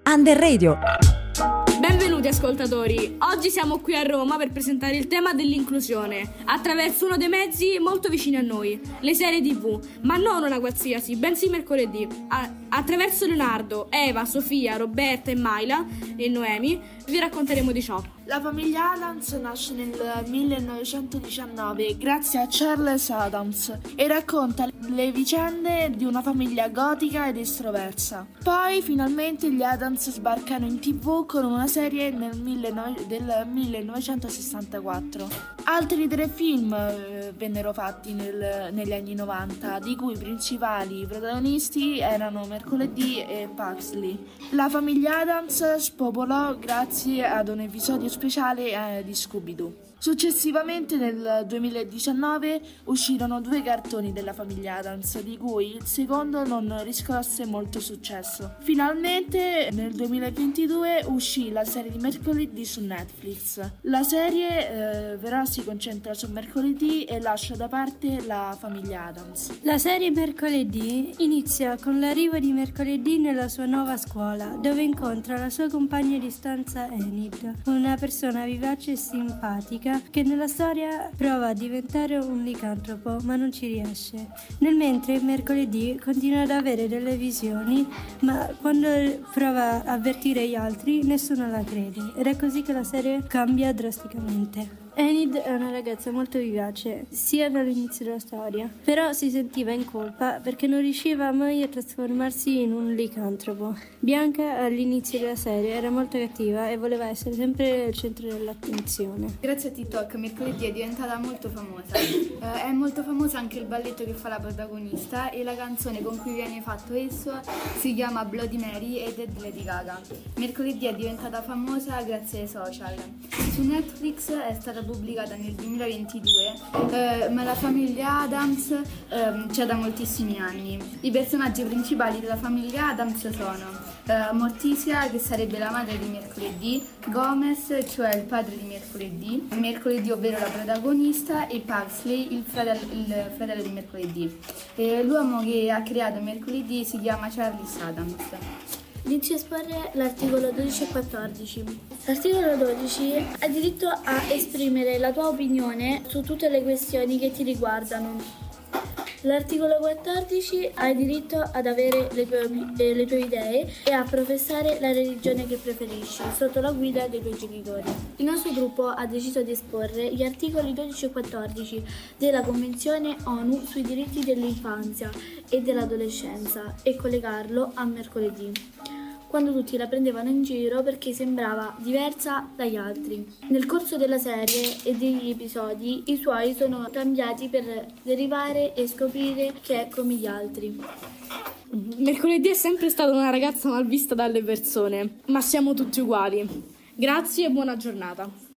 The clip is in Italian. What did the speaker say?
Under Radio. Benvenuti ascoltatori, oggi siamo qui a Roma per presentare il tema dell'inclusione attraverso uno dei mezzi molto vicini a noi, le serie TV, ma non una qualsiasi, bensì mercoledì. Attraverso Leonardo, Eva, Sofia, Roberta e Maila e Noemi vi racconteremo di ciò. La famiglia Addams nasce nel 1919 grazie a Charles Addams e racconta le vicende di una famiglia gotica ed estroversa. Poi finalmente gli Addams sbarcano in TV con una serie del 1964. Altri 3 film vennero fatti negli anni 90, di cui i principali protagonisti erano Mercoledì e Pugsley. La famiglia Addams spopolò grazie ad un episodio speciale di Scooby-Doo. Successivamente nel 2019 uscirono 2 cartoni della famiglia Addams, di cui il secondo non riscosse molto successo. Finalmente nel 2022 uscì la serie di Mercoledì su Netflix. La serie però si concentra su Mercoledì e lascia da parte la famiglia Addams. La serie Mercoledì inizia con l'arrivo di Mercoledì nella sua nuova scuola, dove incontra la sua compagna di stanza Enid, una persona vivace e simpatica che nella storia prova a diventare un licantropo ma non ci riesce. Nel mentre Mercoledì continua ad avere delle visioni, ma quando prova a avvertire gli altri nessuno la crede, ed è così che la serie cambia drasticamente. Enid è una ragazza molto vivace, sia dall'inizio della storia, però si sentiva in colpa perché non riusciva mai a trasformarsi in un licantropo. Bianca all'inizio della serie era molto cattiva e voleva essere sempre al centro dell'attenzione. Grazie a TikTok Mercoledì è diventata molto famosa. È molto famosa anche il balletto che fa la protagonista e la canzone con cui viene fatto esso si chiama Bloody Mary ed è di Lady Gaga. Mercoledì è diventata famosa grazie ai social. Su Netflix è stata pubblicata nel 2022, ma la famiglia Addams c'è da moltissimi anni. I personaggi principali della famiglia Addams sono Morticia, che sarebbe la madre di Mercoledì, Gomez, cioè il padre di Mercoledì, ovvero la protagonista, e Pugsley, il fratello di Mercoledì. L'uomo che ha creato Mercoledì si chiama Charles Addams. Inizio a esporre l'articolo 12 e 14. L'articolo 12 ha diritto a esprimere la tua opinione su tutte le questioni che ti riguardano. L'articolo 14 ha diritto ad avere le tue idee e a professare la religione che preferisci, sotto la guida dei tuoi genitori. Il nostro gruppo ha deciso di esporre gli articoli 12 e 14 della Convenzione ONU sui diritti dell'infanzia e dell'adolescenza e collegarlo a Mercoledì, quando tutti la prendevano in giro perché sembrava diversa dagli altri. Nel corso della serie e degli episodi i suoi sono cambiati per derivare e scoprire che è come gli altri. Mercoledì è sempre stata una ragazza mal vista dalle persone, ma siamo tutti uguali. Grazie e buona giornata.